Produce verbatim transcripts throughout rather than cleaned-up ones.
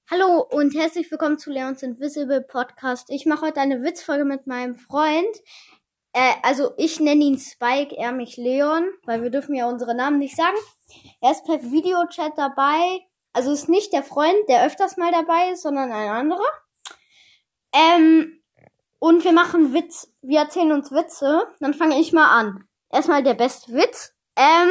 Hallo und herzlich willkommen zu Leons Invisible Podcast. Ich mache heute eine Witzfolge mit meinem Freund. Äh, also ich nenne ihn Spike, er mich Leon, weil wir dürfen ja unsere Namen nicht sagen. Er ist per Videochat dabei. Also ist nicht der Freund, der öfters mal dabei ist, sondern ein anderer. Ähm, und wir machen Witz. Wir erzählen uns Witze. Dann fange ich mal an. Erstmal der beste Witz. Ähm,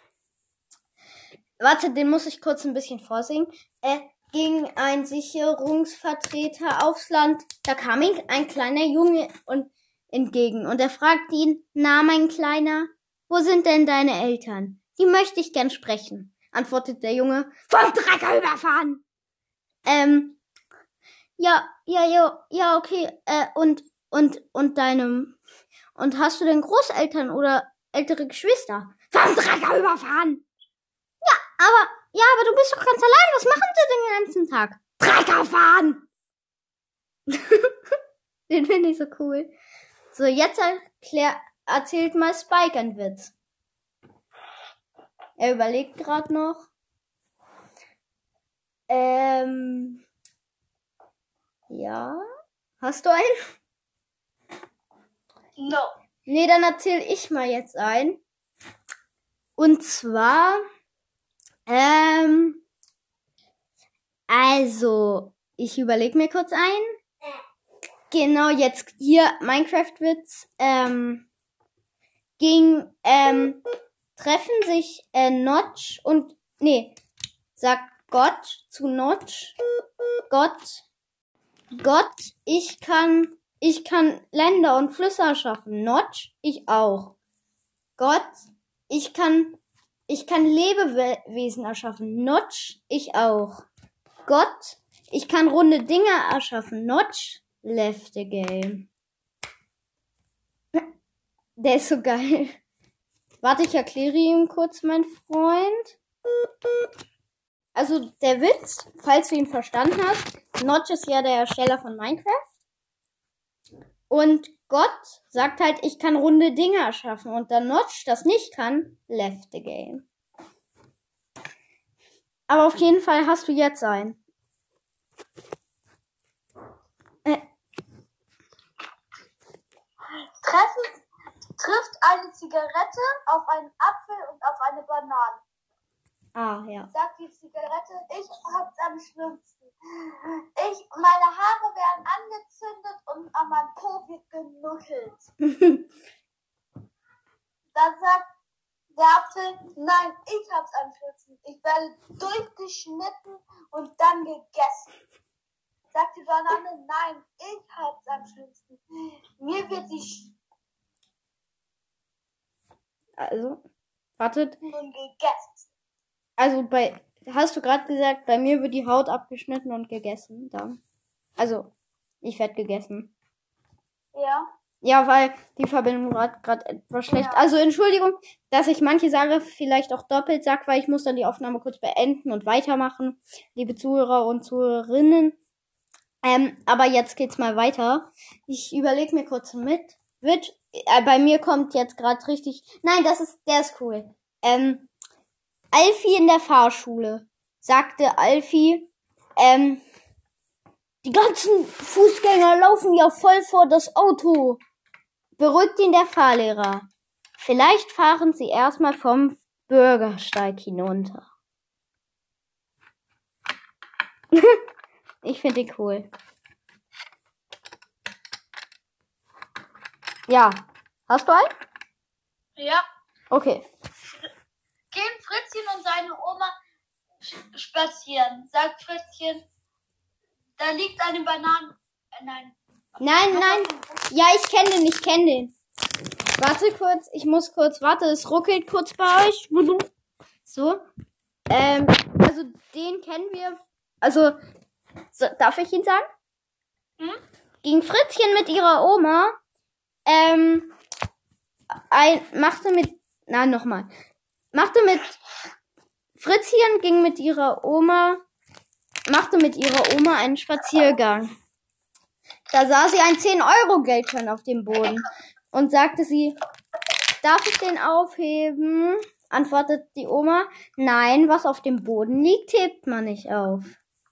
warte, den muss ich kurz ein bisschen vorsingen. Äh, ging ein Sicherungsvertreter aufs Land. Da kam ihm ein kleiner Junge und entgegen und er fragt ihn, na, mein Kleiner, wo sind denn deine Eltern? Die möchte ich gern sprechen, antwortet der Junge, vom Trecker überfahren. Ähm, ja, ja, ja, ja, okay, äh, und, und, und deinem, und hast du denn Großeltern oder ältere Geschwister? Vom Trecker überfahren. Ja, aber, ja, aber du bist doch ganz allein. Was machen sie den ganzen Tag? Trecker fahren! Den finde ich so cool. So, jetzt erklär, erzählt mal Spike einen Witz. Er überlegt gerade noch. Ähm, ja. Hast du einen? No. Nee, dann erzähl ich mal jetzt einen. Und zwar, ähm, also, ich überlege mir kurz ein. Genau, jetzt hier Minecraft-Witz. Ähm, ging, ähm, treffen sich äh, Notch und, nee, sagt Gott zu Notch. Gott, Gott, ich kann, ich kann Länder und Flüsse erschaffen. Notch, ich auch. Gott, ich kann, ich kann Lebewesen erschaffen. Notch, ich auch. Gott, ich kann runde Dinge erschaffen. Notch, left the game. Der ist so geil. Warte, ich erkläre ihm kurz, mein Freund. Also der Witz, falls du ihn verstanden hast, Notch ist ja der Ersteller von Minecraft. Und Gott sagt halt, ich kann runde Dinge erschaffen. Und da Notch das nicht kann, left the game. Aber auf jeden Fall hast du jetzt einen. Äh. Treffen, trifft eine Zigarette auf einen Apfel und auf eine Banane. Ah, ja. Sagt die Zigarette, ich hab's am schlimmsten. Ich, meine Haare werden angezündet und an meinem Po wird genuckelt. Dann sagt der Apfel, nein, ich hab's am schlimmsten. Ich werde durchgeschnitten und dann gegessen. Sagt die Banane, nein, ich hab's am schlimmsten. Mir wird die Sch Also, wartet. und gegessen. Also bei, hast du gerade gesagt, bei mir wird die Haut abgeschnitten und gegessen. Dann. Also, ich werde gegessen. Ja. Ja, weil die Verbindung war gerade etwas schlecht. Ja. Also Entschuldigung, dass ich manche Sache vielleicht auch doppelt sag, weil ich muss dann die Aufnahme kurz beenden und weitermachen. Liebe Zuhörer und Zuhörerinnen. Ähm, aber jetzt geht's mal weiter. Ich überlege mir kurz mit. Wird, äh, bei mir kommt jetzt gerade richtig. Nein, das ist, der ist cool. Ähm, Alfie in der Fahrschule. Sagte Alfie, ähm, die ganzen Fußgänger laufen ja voll vor das Auto. Beruhigt ihn der Fahrlehrer. Vielleicht fahren sie erstmal vom Bürgersteig hinunter. Ich finde die cool. Ja. Hast du einen? Ja. Okay. Gehen Fritzchen und seine Oma spazieren. Sagt Fritzchen, da liegt eine Banane. Äh, nein. Nein, nein. Ja, ich kenne den, ich kenne den. Warte kurz, ich muss kurz, warte, es ruckelt kurz bei euch. So. Ähm, also den kennen wir. Also, so, darf ich ihn sagen? Hm? Ging Fritzchen mit ihrer Oma, ähm, ein, machte mit, nein, nochmal. Machte mit, Fritzchen ging mit ihrer Oma, machte mit ihrer Oma einen Spaziergang. Da sah sie ein zehn-Euro-Geldschein auf dem Boden und sagte sie, darf ich den aufheben? Antwortet die Oma, nein, was auf dem Boden liegt, hebt man nicht auf.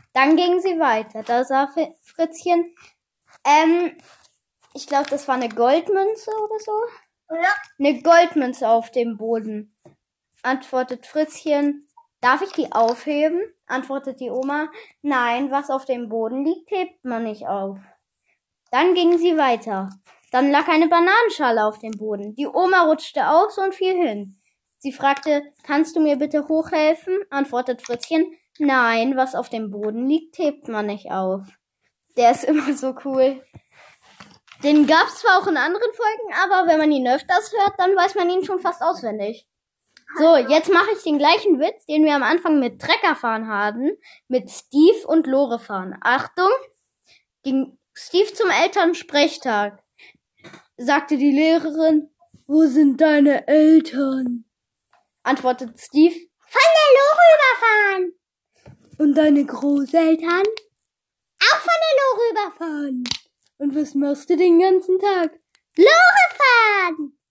Dann gingen sie weiter. Da sah Fritzchen, ähm, ich glaube, das war eine Goldmünze oder so. Ja. Eine Goldmünze auf dem Boden. Antwortet Fritzchen, darf ich die aufheben? Antwortet die Oma, nein, was auf dem Boden liegt, hebt man nicht auf. Dann gingen sie weiter. Dann lag eine Bananenschale auf dem Boden. Die Oma rutschte aus und fiel hin. Sie fragte, kannst du mir bitte hochhelfen? Antwortet Fritzchen, nein, was auf dem Boden liegt, hebt man nicht auf. Der ist immer so cool. Den gab's zwar auch in anderen Folgen, aber wenn man ihn öfters hört, dann weiß man ihn schon fast auswendig. So, jetzt mache ich den gleichen Witz, den wir am Anfang mit Treckerfahren hatten, mit Steve und Lore fahren. Achtung, ging Steve zum Elternsprechtag. Sagte die Lehrerin, wo sind deine Eltern? Antwortet Steve, von der Lore überfahren. Und deine Großeltern? Auch von der Lore überfahren. Und was machst du den ganzen Tag? Lore fahren!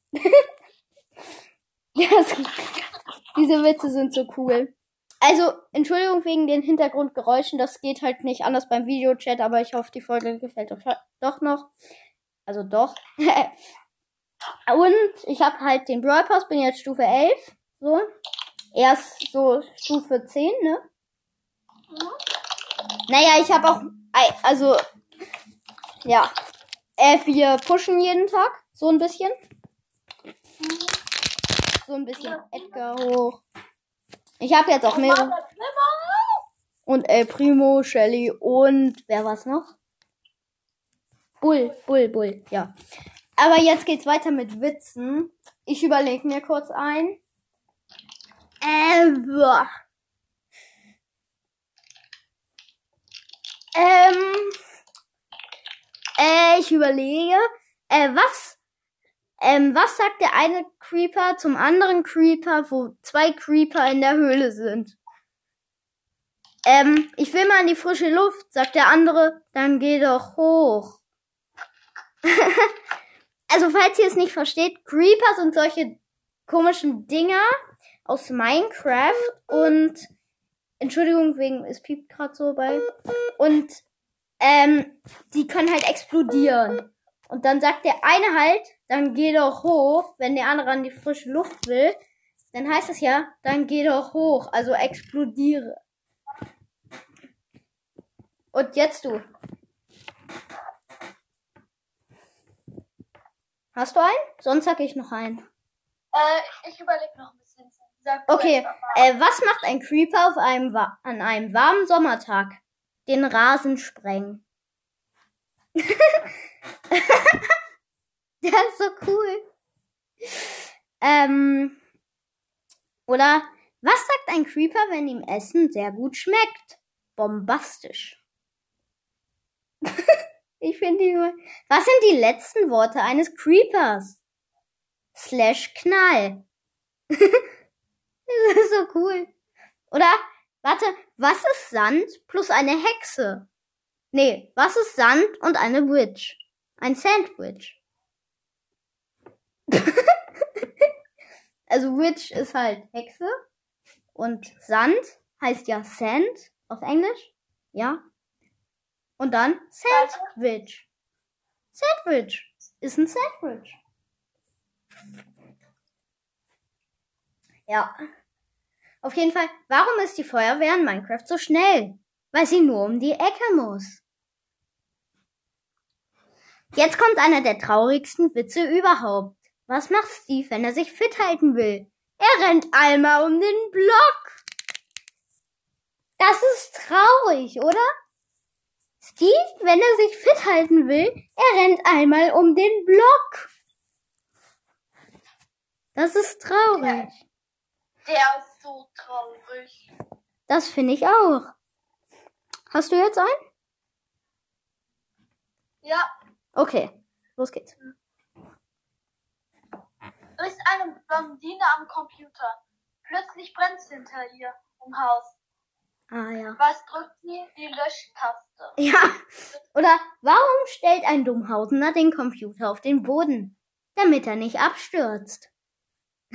Ja, es, diese Witze sind so cool. Also, Entschuldigung wegen den Hintergrundgeräuschen, das geht halt nicht anders beim Videochat, aber ich hoffe, die Folge gefällt euch doch noch. Also doch. Und ich habe halt den Brawl Pass, bin jetzt Stufe elf. So. Erst so Stufe zehn, ne? Mhm. Naja, ich habe auch, also, ja, äh, wir pushen jeden Tag, so ein bisschen. So ein bisschen Edgar hoch. Ich habe jetzt auch mehrere. Und El Primo, Shelly und, wer war's noch? Bull, Bull, Bull, ja. Aber jetzt geht's weiter mit Witzen. Ich überlege mir kurz ein. Äh, boah. Ähm, äh, ich überlege, äh, was, ähm, was sagt der eine Creeper zum anderen Creeper, wo zwei Creeper in der Höhle sind? Ähm, ich will mal in die frische Luft, sagt der andere, dann geh doch hoch. Also, falls ihr es nicht versteht, Creeper sind solche komischen Dinger aus Minecraft und, Entschuldigung, wegen, es piept gerade so bei, und, ähm, die können halt explodieren. Und dann sagt der eine halt, dann geh doch hoch, wenn der andere an die frische Luft will, dann heißt es ja, dann geh doch hoch, also explodiere. Und jetzt du. Hast du einen? Sonst sag ich noch einen. Äh, ich überlege noch ein bisschen. Sag okay, äh, was macht ein Creeper auf einem an einem warmen Sommertag? Den Rasen sprengen. Der ist so cool. Ähm, oder, was sagt ein Creeper, wenn ihm Essen sehr gut schmeckt? Bombastisch. Ich finde die nur. Was sind die letzten Worte eines Creepers? Slash Knall. Das ist so cool. Oder, warte, was ist Sand plus eine Hexe? Nee, was ist Sand und eine Witch? Ein Sandwich. Also Witch ist halt Hexe und Sand heißt ja Sand auf Englisch. Ja. Und dann Sandwich. Sandwich ist ein Sandwich. Ja. Auf jeden Fall, warum ist die Feuerwehr in Minecraft so schnell? Weil sie nur um die Ecke muss. Jetzt kommt einer der traurigsten Witze überhaupt. Was macht Steve, wenn er sich fit halten will? Er rennt einmal um den Block. Das ist traurig, oder? Steve, wenn er sich fit halten will, er rennt einmal um den Block. Das ist traurig. Der ist so traurig. Das finde ich auch. Hast du jetzt einen? Ja. Okay, los geht's. Ist eine Blondine am Computer. Plötzlich brennt es hinter ihr im Haus. Ah ja. Was drückt sie? Die Löschtaste. Ja. Oder warum stellt ein Dummhausener den Computer auf den Boden? Damit er nicht abstürzt.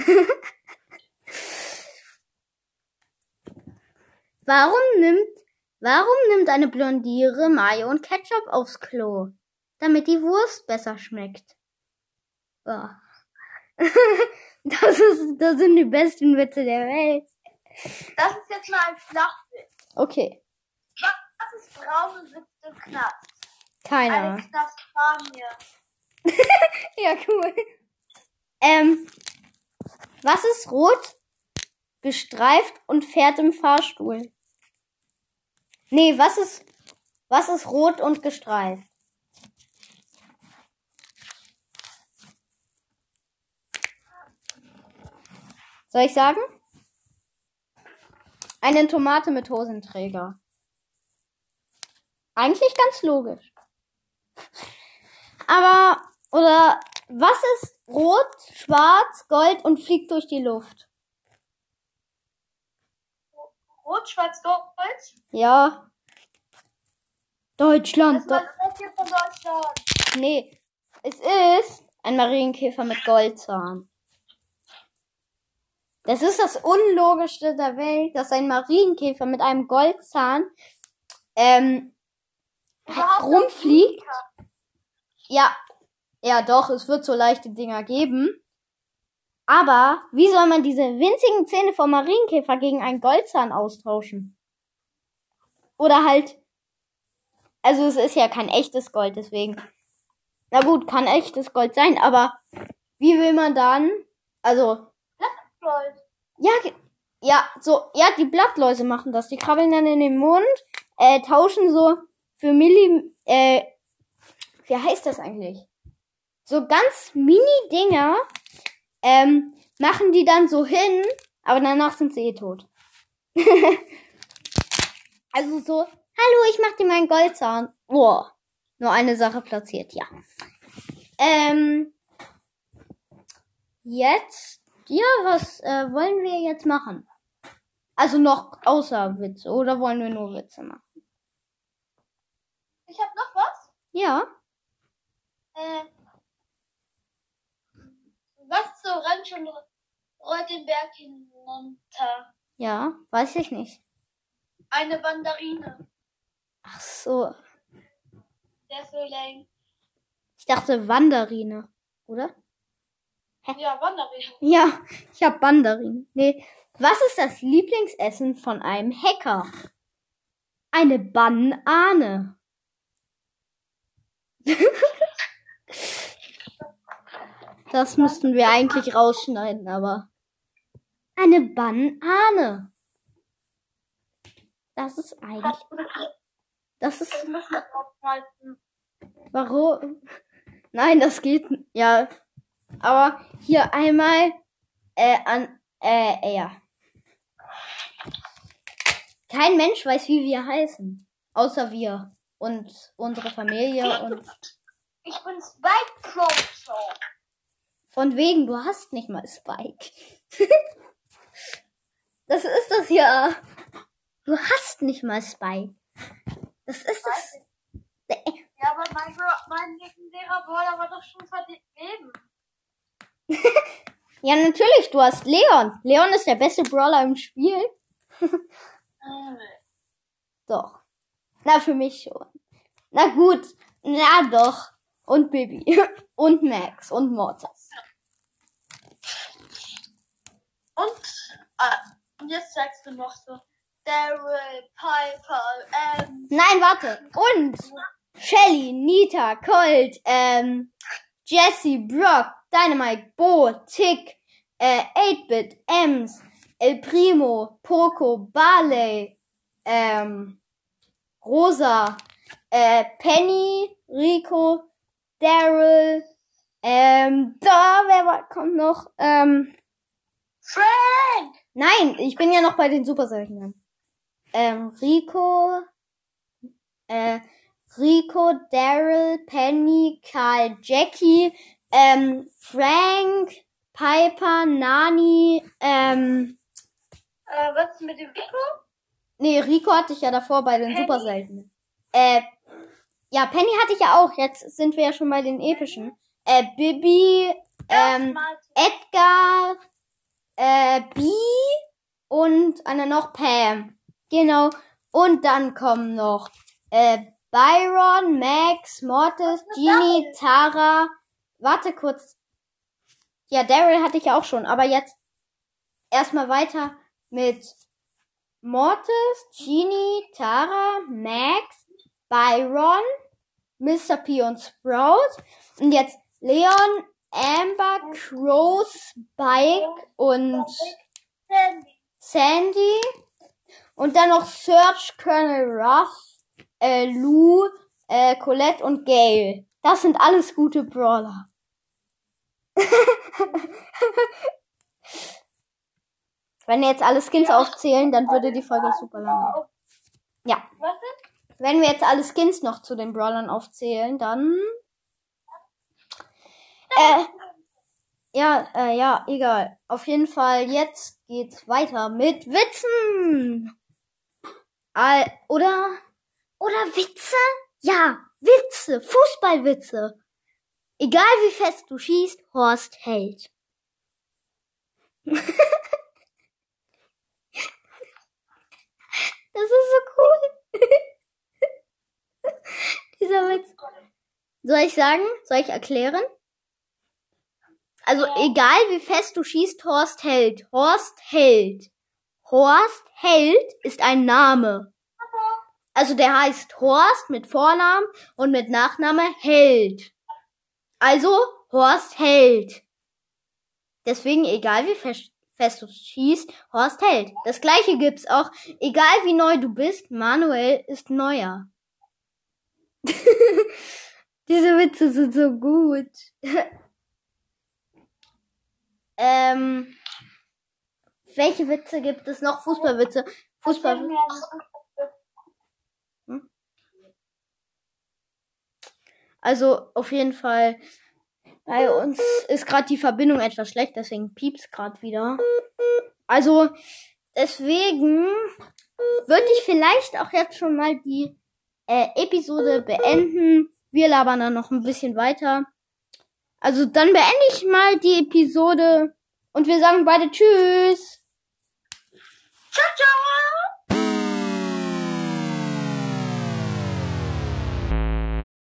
Warum nimmt Warum nimmt eine Blondiere Mayo und Ketchup aufs Klo? Damit die Wurst besser schmeckt. Oh. Das ist, das sind die besten Witze der Welt. Das ist jetzt mal ein Flachwitz. Okay. Was ist braun und sitzt im Knast? Keiner. Eine Knastpanie. Ja, cool. Ähm, was ist rot, gestreift und fährt im Fahrstuhl? Nee, was ist, was ist rot und gestreift? Soll ich sagen? Eine Tomate mit Hosenträger. Eigentlich ganz logisch. Aber, oder, was ist rot, schwarz, gold und fliegt durch die Luft? Rot, schwarz, gold. Ja. Deutschland. Das ist das hier von Deutschland. Nee, es ist ein Marienkäfer mit Goldzahn. Das ist das Unlogischste der Welt, dass ein Marienkäfer mit einem Goldzahn ähm, rumfliegt. Ja, ja doch, es wird so leichte Dinger geben. Aber wie soll man diese winzigen Zähne vom Marienkäfer gegen einen Goldzahn austauschen? Oder halt, also es ist ja kein echtes Gold, deswegen. Na gut, kann echtes Gold sein, aber wie will man dann, also Gold. Ja, ja, so, ja, die Blattläuse machen das. Die krabbeln dann in den Mund, äh, tauschen so für Milli, äh, wie heißt das eigentlich? So ganz Mini-Dinger, ähm, machen die dann so hin, aber danach sind sie eh tot. Also so, hallo, ich mach dir meinen Goldzahn. Boah, nur eine Sache platziert, ja. Ähm, jetzt Ja, was äh, wollen wir jetzt machen? Also noch außer Witze, oder wollen wir nur Witze machen? Ich hab noch was. Ja. Äh, was so rennt schon rollt den Berg hinunter? Ja, weiß ich nicht. Eine Mandarine. Ach so. Der ist so lang. Ich dachte Wanderine, oder? Ja, Mandarine. Ja, ich hab Mandarine. Nee. Was ist das Lieblingsessen von einem Hacker? Eine Banane. Das müssten wir eigentlich rausschneiden, aber eine Banane. Das ist eigentlich. Das ist. Das müssen wir draufhalten. Warum? Nein, das geht. Ja. Aber hier einmal äh, an. Äh, ja. Kein Mensch weiß, wie wir heißen. Außer wir. Und unsere Familie und. Ich bin Spike Proto. Von wegen, du hast nicht mal Spike. Das ist das ja. Du hast nicht mal Spike. Das ist das. Ja, aber mein, mein legendärer Brawler war doch schon vergeben. Ja, natürlich, du hast Leon. Leon ist der beste Brawler im Spiel. Doch. Na, für mich schon. Na gut. Na doch. Und Bibi. Und Max. Und Mortis. Und, ah, und jetzt sagst du noch so, Daryl, Piper, ähm... Nein, warte. Und Shelly, Nita, Colt, ähm, Jesse, Brock, Dynamite, Bo, Tick, äh, eight-Bit, Ems, El Primo, Poco, Barley, ähm, Rosa, äh, Penny, Rico, Daryl, ähm, da, wer war, kommt noch, ähm, Frank! nein, ich bin ja noch bei den Super Seltenen. Ähm, Rico, äh, Rico, Daryl, Penny, Karl, Jackie, ähm, Frank, Piper, Nani, ähm, Äh, was ist mit dem Rico? nee, Rico hatte ich ja davor bei den Penny? Super Seltenen. Äh, ja, Penny hatte ich ja auch, jetzt sind wir ja schon bei den epischen. Äh, Bibi, ähm, Edgar, äh, Bee und eine noch Pam. Genau. Und dann kommen noch äh, Byron, Max, Mortis, Genie, Tara. Warte kurz. Ja, Daryl hatte ich ja auch schon, aber jetzt erstmal weiter mit Mortis, Genie, Tara, Max, Byron, Mister P und Sprout. Und jetzt Leon, Amber, Crow, Spike und Sandy. Und dann noch Serge, Colonel Ruff, äh, Lou, äh, Colette und Gale. Das sind alles gute Brawler. Wenn wir jetzt alle Skins aufzählen, dann würde die Folge super lang werden. Ja. Wenn wir jetzt alle Skins noch zu den Brawlern aufzählen, dann... Äh, ja, äh, ja, egal. Auf jeden Fall, jetzt geht's weiter mit Witzen. Äh, oder, oder Witze? Ja, Witze, Fußballwitze. Egal wie fest du schießt, Horst hält. Das ist so cool. Dieser Witz. Soll ich sagen? Soll ich erklären? Also, egal wie fest du schießt, Horst hält. Horst hält. Horst hält ist ein Name. Also, der heißt Horst mit Vornamen und mit Nachname Held. Also, Horst hält. Deswegen, egal wie fest, fest du schießt, Horst hält. Das gleiche gibt's auch. Egal wie neu du bist, Manuel ist neuer. Diese Witze sind so gut. ähm, welche Witze gibt es noch? Fußballwitze. Fußballwitze. Hm? Also, auf jeden Fall, bei uns ist gerade die Verbindung etwas schlecht, deswegen piepst gerade wieder. Also, deswegen würde ich vielleicht auch jetzt schon mal die äh, Episode beenden. Wir labern dann noch ein bisschen weiter. Also, dann beende ich mal die Episode und wir sagen beide Tschüss. Ciao, ciao.